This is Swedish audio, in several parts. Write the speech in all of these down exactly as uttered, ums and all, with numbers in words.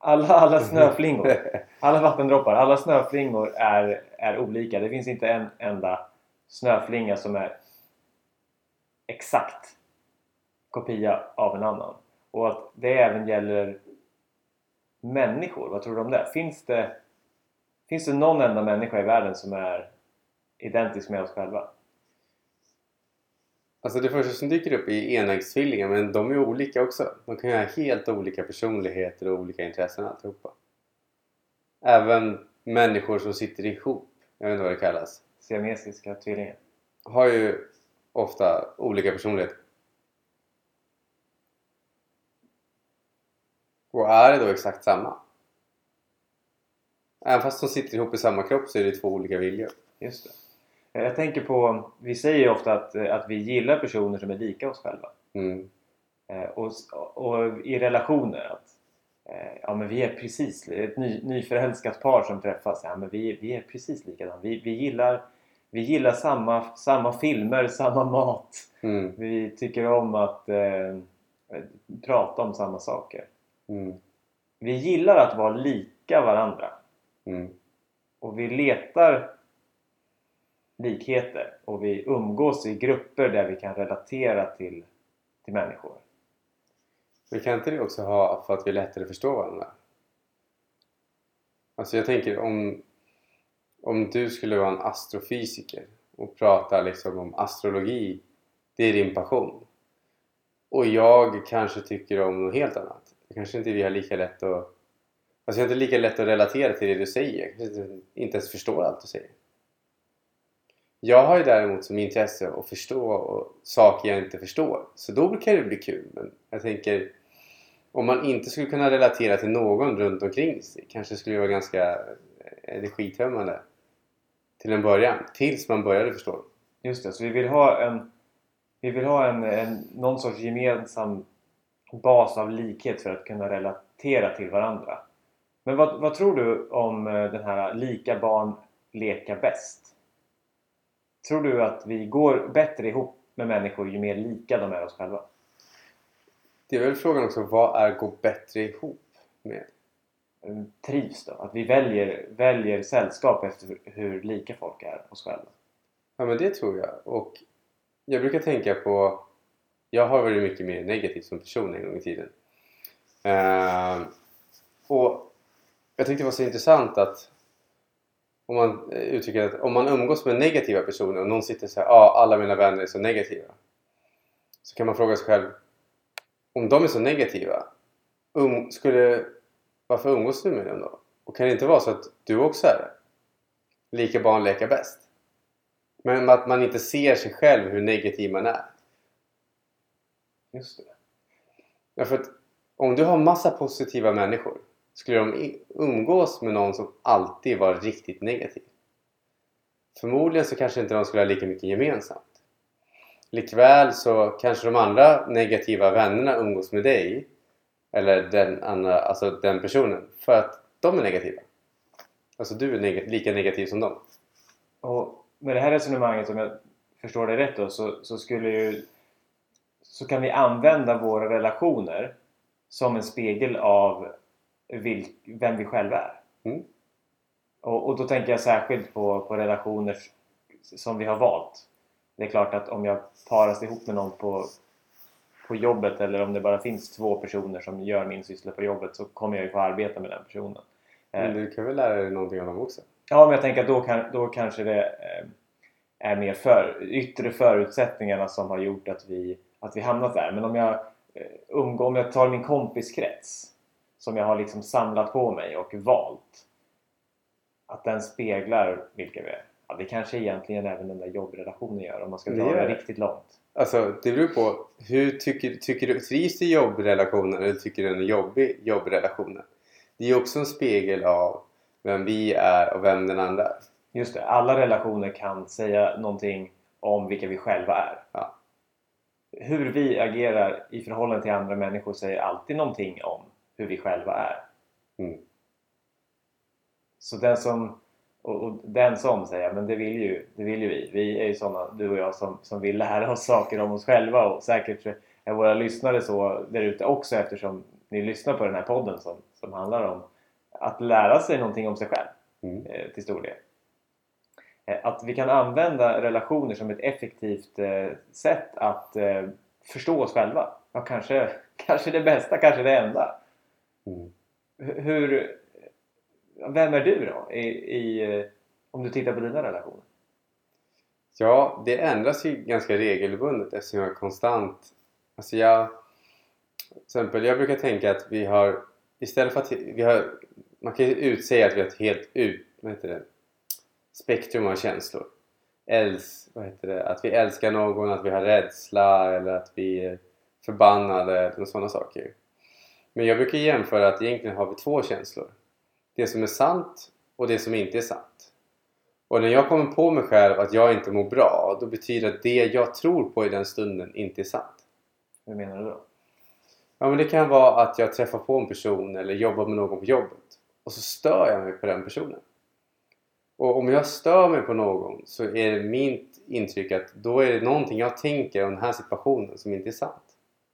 Alla, alla snöflingor, alla vattendroppar, alla snöflingor är, är olika. Det finns inte en enda snöflinga som är exakt kopia av en annan. Och att det även gäller människor. Vad tror du om det? Finns det, finns det någon enda människa i världen som är identisk med oss själva? Alltså det första som dyker upp är enäggstvillingar, men de är olika också. De kan ju ha helt olika personligheter och olika intressen alltihopa. Även människor som sitter ihop, jag vet inte vad det kallas, Siamesiska tvillingar. har ju ofta olika personligheter. Och är det då exakt samma? Även fast de sitter ihop i samma kropp så är det två olika viljor. Just det. Jag tänker på, vi säger ju ofta att, att vi gillar personer som är lika oss själva. Mm. Och, och i relationer att ja, men vi är precis ett ny, nyförälskat par som träffas. Ja, men vi, vi är precis likadana. Vi, vi gillar, vi gillar samma, samma filmer, samma mat. Mm. Vi tycker om att eh, prata om samma saker. Mm. Vi gillar att vara lika varandra. Mm. Och vi letar likheter. Och vi umgås i grupper där vi kan relatera till, till människor. Men kan inte det också ha för att vi lättare förstår varandra? Alltså jag tänker om, om du skulle vara en astrofysiker och prata liksom om astrologi, det är din passion. Och jag kanske tycker om något helt annat. Kanske inte vi har lika lätt att... Alltså jag har inte lika lätt att relatera till det du säger. Jag kanske inte ens förstår allt du säger. Jag har ju däremot som intresse att förstå och saker jag inte förstår. Så då kan det bli kul. Men jag tänker, om man inte skulle kunna relatera till någon runt omkring sig, kanske skulle det vara ganska energitömmande till en början. Tills man började förstå. Just det, så vi vill ha en, vi vill ha en, en någon sorts gemensam bas av likhet för att kunna relatera till varandra. Men vad, vad tror du om den här lika barn leka bäst? Tror du att vi går bättre ihop med människor ju mer lika de är oss själva? Det är väl frågan också, vad är gå bättre ihop med? Trivs då? Att vi väljer, väljer sällskap efter hur lika folk är oss själva. Ja, men det tror jag. Och jag brukar tänka på... Jag har varit mycket mer negativ som person en gång i tiden. Uh, och jag tyckte det var så intressant att om man uttrycker att om man umgås med negativa personer och någon sitter så här, ja, ah, alla mina vänner är så negativa. Så kan man fråga sig själv, om de är så negativa, um, skulle, varför umgås du med dem då? Och kan det inte vara så att du också är det? Lika barn leka bäst. Men att man inte ser sig själv hur negativ man är. Just det. Ja, för att om du har massa positiva människor, skulle de umgås med någon som alltid var riktigt negativ? Förmodligen så kanske inte de skulle ha lika mycket gemensamt. Likväl så kanske de andra negativa vännerna umgås med dig. Eller den, andra, alltså den personen. För att de är negativa. Alltså du är neg- lika negativ som dem. Och med det här resonemanget, om jag förstår det rätt då, så, så skulle ju... Så kan vi använda våra relationer som en spegel av vil, vem vi själva är. Mm. Och, och då tänker jag särskilt på, på relationer som vi har valt. Det är klart att om jag paras ihop med någon på, på jobbet, eller om det bara finns två personer som gör min syssla på jobbet, så kommer jag ju få arbeta med den personen. Men du kan väl lära dig någonting av dem också? Ja, men jag tänker att då, kan, då kanske det eh, är mer för, yttre förutsättningarna som har gjort att vi, att vi hamnat där. Men om jag, eh, umgår, om jag tar min kompiskrets som jag har liksom samlat på mig och valt, att den speglar vilka vi är. Ja, det kanske egentligen även den där jobbrelationen gör, om man ska dra det, det riktigt långt. Alltså, det beror på, hur tycker, tycker du, trivs du i jobbrelationen eller tycker du den är jobbig, jobbrelationen? Det är ju också en spegel av vem vi är och vem den andra är. Just det, alla relationer kan säga någonting om vilka vi själva är. Ja. Hur vi agerar i förhållande till andra människor säger alltid någonting om hur vi själva är. Mm. Så den som, och, och den som säger, men det vill ju, det vill ju vi. Vi är ju sådana, du och jag, som, som vill lära oss saker om oss själva. Och säkert är våra lyssnare så där ute också, eftersom ni lyssnar på den här podden som, som handlar om att lära sig någonting om sig själv Mm. eh, till stor del. Eh, att vi kan använda relationer som ett effektivt eh, sätt att eh, förstå oss själva. Ja, kanske, kanske det bästa, kanske det enda. Mm. Hur, vem är du då i, i, eh, om du tittar på dina relationer? Ja, det ändras ju ganska regelbundet eftersom jag är konstant. Alltså jag, till exempel, jag brukar tänka att vi har, istället för att vi har, man kan ju utsäga att vi har ett helt ut, vad heter det, spektrum av känslor. Äls, vad heter det, att vi älskar någon, att vi har rädsla eller att vi är förbannade eller sådana saker. Men jag brukar jämföra att egentligen har vi två känslor. Det som är sant och det som inte är sant. Och när jag kommer på mig själv att jag inte mår bra, då betyder det att det jag tror på i den stunden inte är sant. Hur menar du då? Ja, men det kan vara att jag träffar på en person eller jobbar med någon på jobbet. Och så stör jag mig på den personen. Och om jag stör mig på någon så är det mitt intryck att då är det någonting jag tänker om den här situationen som inte är sant.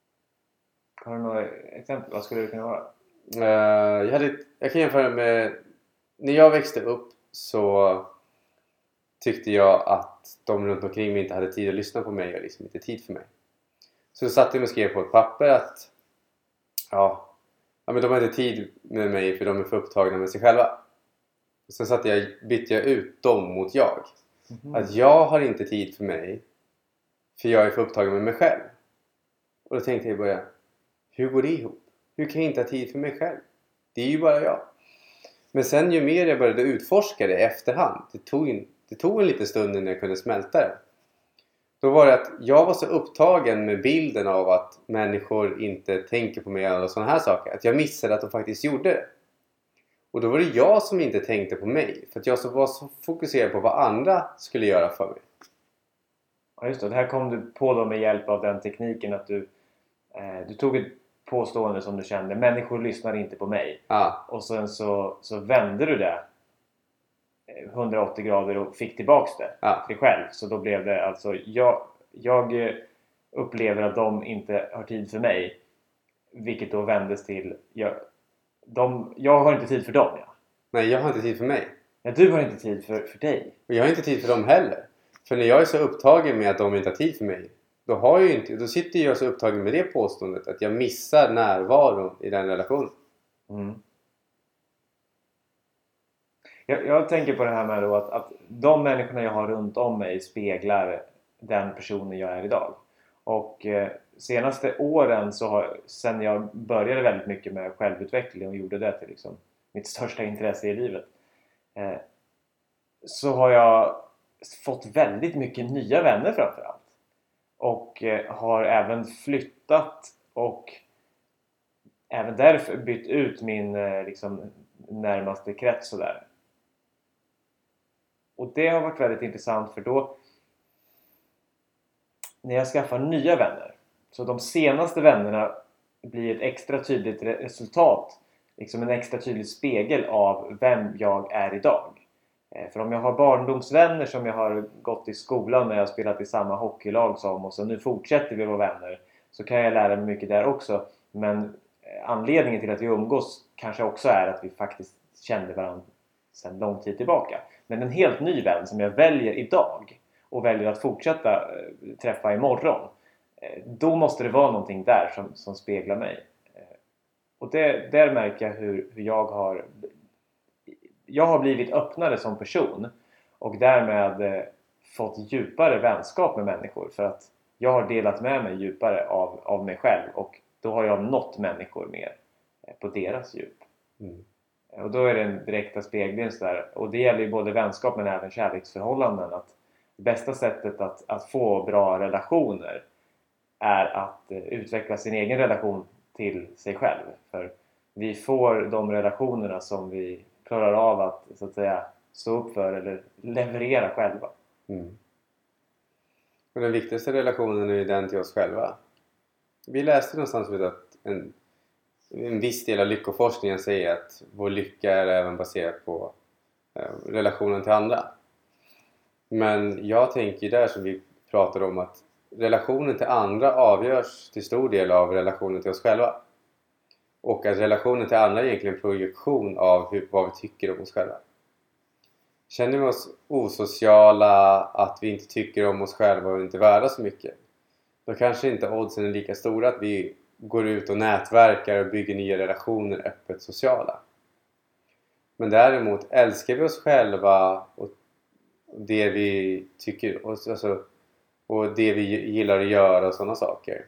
Har du några exempel? Vad skulle det kunna vara? Uh, jag, hade, jag kan jämföra med när jag växte upp så tyckte jag att de runt omkring mig inte hade tid att lyssna på mig och liksom inte tid för mig. Så då satt jag och skrev på ett papper att ja, ja men de har inte tid med mig för de är för upptagna med sig själva. Och sen satt jag, bytte jag ut dem mot jag. Mm. Att jag har inte tid för mig för jag är för upptagen med mig själv. Och då tänkte jag i början, hur går det ihop? Hur kan jag inte ha tid för mig själv? Det är ju bara jag. Men sen ju mer jag började utforska det efterhand, det tog en, det tog en liten stund innan jag kunde smälta det. Då var det att jag var så upptagen med bilden av att människor inte tänker på mig och sådana här saker. Att jag missade att de faktiskt gjorde det. Och då var det jag som inte tänkte på mig. För att jag så var så fokuserad på vad andra skulle göra för mig. Ja, just det. Det här kom du på då med hjälp av den tekniken att du, eh, du tog ett påstående som du kände. Människor lyssnar inte på mig. Ja. Och sen så, så vände du det hundraåttio grader och fick tillbaks det ja. till dig själv. Så då blev det alltså jag, jag upplever att de inte har tid för mig. Vilket då vändes till jag, de, jag har inte tid för dem. Ja. Nej, jag har inte tid för mig. Ja, du har inte tid för, för dig. Och jag har inte tid för dem heller. För när jag är så upptagen med att de inte har tid för mig, då, har jag inte, då sitter jag så upptagen med det påståendet att jag missar närvaron i den relationen. Mm. Jag, jag tänker på det här med då att, att de människorna jag har runt om mig speglar den personen jag är idag. Och eh, senaste åren så har, sen jag började väldigt mycket med självutveckling och gjorde det till liksom mitt största intresse i livet, eh, så har jag fått väldigt mycket nya vänner framförallt. Och eh, har även flyttat och även därför bytt ut min eh, liksom, närmaste krets och där. Och det har varit väldigt intressant för då när jag skaffar nya vänner, så de senaste vännerna blir ett extra tydligt resultat, liksom en extra tydlig spegel av vem jag är idag. För om jag har barndomsvänner som jag har gått i skolan när jag har spelat i samma hockeylag som, och så nu fortsätter vi vara vänner, så kan jag lära mig mycket där också. Men anledningen till att vi umgås kanske också är att vi faktiskt kände varandra sedan lång tid tillbaka. Men en helt ny vän som jag väljer idag och väljer att fortsätta träffa imorgon, då måste det vara någonting där som, som speglar mig. Och det, där märker jag hur, hur jag har jag har blivit öppnare som person och därmed fått djupare vänskap med människor, för att jag har delat med mig djupare av, av mig själv, och då har jag nått människor mer på deras djup. Mm. Och då är det en direkta spegling där. Och det gäller ju både vänskap men även kärleksförhållanden, att det bästa sättet att, att få bra relationer är att utveckla sin egen relation till sig själv. För vi får de relationerna som vi klarar av att, så att säga, stå upp för eller leverera själva. Mm. Och den viktigaste relationen är ju den till oss själva. Vi läste någonstans att en, en viss del av lyckoforskningen säger att vår lycka är även baserad på eh, relationen till andra. Men jag tänker där, som vi pratade om, att relationen till andra avgörs till stor del av relationen till oss själva. Och att relationen till andra är egentligen en projektion av hur, vad vi tycker om oss själva. Känner vi oss osociala, att vi inte tycker om oss själva och inte är värda så mycket, då kanske inte oddsen är lika stora att vi går ut och nätverkar och bygger nya relationer öppet sociala. Men däremot älskar vi oss själva och det vi tycker, alltså, och det vi gillar att göra och sådana saker,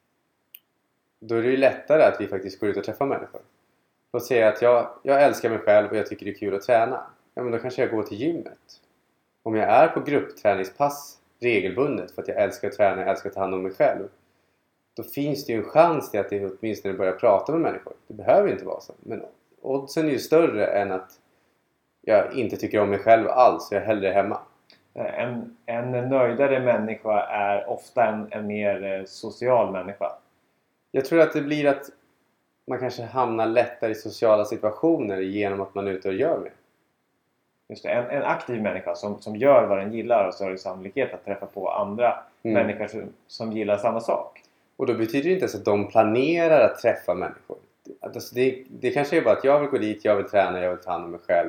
då är det ju lättare att vi faktiskt går ut och träffar människor. Låt säga att jag, jag älskar mig själv och jag tycker det är kul att träna. Ja, men då kanske jag går till gymmet. Om jag är på gruppträningspass regelbundet för att jag älskar att träna, jag älskar att ta hand om mig själv, då finns det ju en chans till att det åtminstone börjar prata med människor. Det behöver inte vara så. Men oddsen är ju större än att jag inte tycker om mig själv alls och jag är hellre hemma. En, en nöjdare människa är ofta en, en mer social människa. Jag tror att det blir att man kanske hamnar lättare i sociala situationer genom att man är ute och gör det. Just det, en, en aktiv människa som, som gör vad den gillar och så har det sannolikhet att träffa på andra mm. människor som, som gillar samma sak. Och då betyder det inte ens att de planerar att träffa människor. Alltså det, det kanske är bara att jag vill gå dit, jag vill träna, jag vill ta hand om mig själv.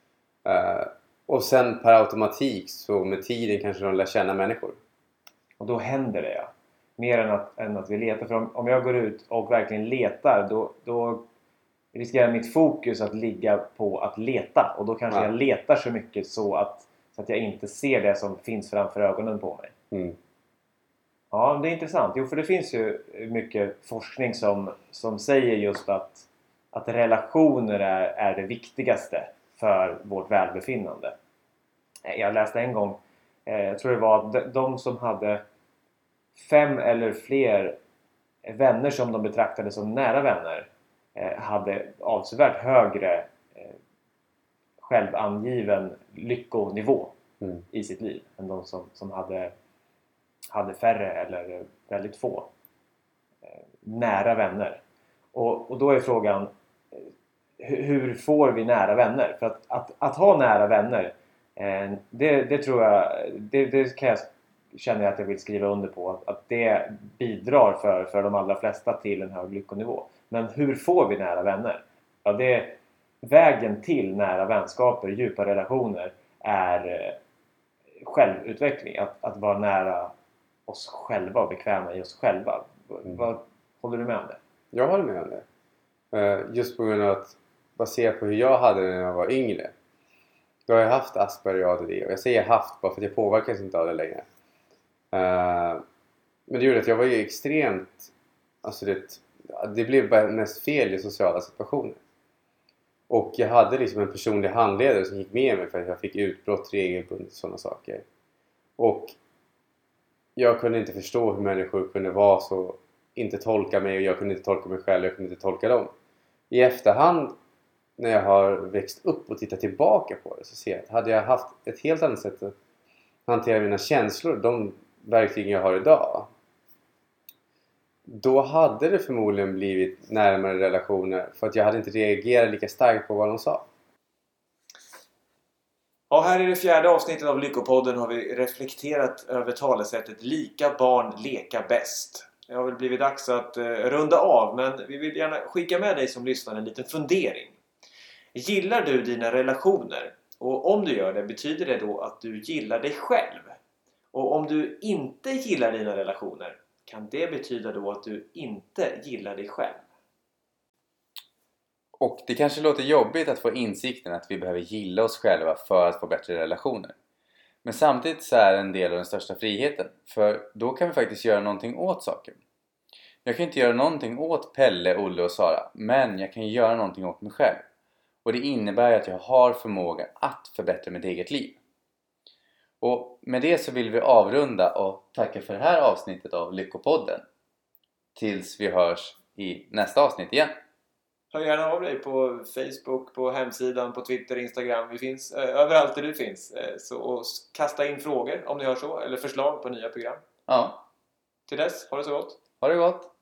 Uh, och sen per automatik så med tiden kanske de lär känna människor. Och då händer det, ja. Mer än att, än att vi letar. För om, om jag går ut och verkligen letar, då, då riskerar mitt fokus att ligga på att leta. Och då kanske ja. jag letar så mycket så att, så att jag inte ser det som finns framför ögonen på mig. Mm. Ja, det är intressant. Jo, för det finns ju mycket forskning som, som säger just att, att relationer är, är det viktigaste för vårt välbefinnande. Jag läste en gång, eh, jag tror det var att de, de som hade fem eller fler vänner som de betraktade som nära vänner eh, hade avsevärt högre eh, självangiven lyckonivå mm. i sitt liv än de som, som hade, hade färre eller väldigt få eh, nära vänner. Och, och då är frågan, hur får vi nära vänner? För att, att, att ha nära vänner, eh, det, det tror jag, det, det kan jag känna att jag vill skriva under på. Att, att det bidrar för, för de allra flesta till en hög lyckonivå. Men hur får vi nära vänner? Ja, det, vägen till nära vänskaper, djupa relationer är eh, självutveckling. Att, att vara nära oss själva och bekväma i oss själva. Mm. Vad, håller du med om det? Jag håller med om det. Uh, just på grund av att baserat på hur jag hade det när jag var yngre. Då har jag haft Asperger och A D D. Och jag säger haft bara för att jag påverkas inte av det längre. Uh, men det gjorde att jag var ju extremt... Alltså det, det blev bara mest fel i sociala situationer. Och jag hade liksom en personlig handledare som gick med mig för att jag fick utbrott regelbundet och sådana saker. Och jag kunde inte förstå hur människor kunde vara så... Inte tolka mig och jag kunde inte tolka mig själv. Jag kunde inte tolka dem. I efterhand när jag har växt upp och tittat tillbaka på det så ser jag att hade jag haft ett helt annat sätt att hantera mina känslor, de verktyg jag har idag, då hade det förmodligen blivit närmare relationer för att jag hade inte reagerat lika starkt på vad de sa. Ja, här i det fjärde avsnittet av Lyckopodden har vi reflekterat över talesättet lika barn leka bäst. Det har väl blivit dags att eh, runda av, men vi vill gärna skicka med dig som lyssnar en liten fundering. Gillar du dina relationer? Och om du gör det, betyder det då att du gillar dig själv? Och om du inte gillar dina relationer, kan det betyda då att du inte gillar dig själv? Och det kanske låter jobbigt att få insikten att vi behöver gilla oss själva för att få bättre relationer. Men samtidigt så är det en del av den största friheten. För då kan vi faktiskt göra någonting åt saken. Jag kan inte göra någonting åt Pelle, Olle och Sara. Men jag kan göra någonting åt mig själv. Och det innebär att jag har förmåga att förbättra mitt eget liv. Och med det så vill vi avrunda och tacka för det här avsnittet av Lyckopodden. Tills vi hörs i nästa avsnitt igen. Hör gärna av dig på Facebook, på hemsidan, på Twitter, Instagram. Vi finns eh, överallt där du finns. Eh, så och kasta in frågor om ni hör så. Eller förslag på nya program. Ja. Till dess, ha det så gott. Ha det gott.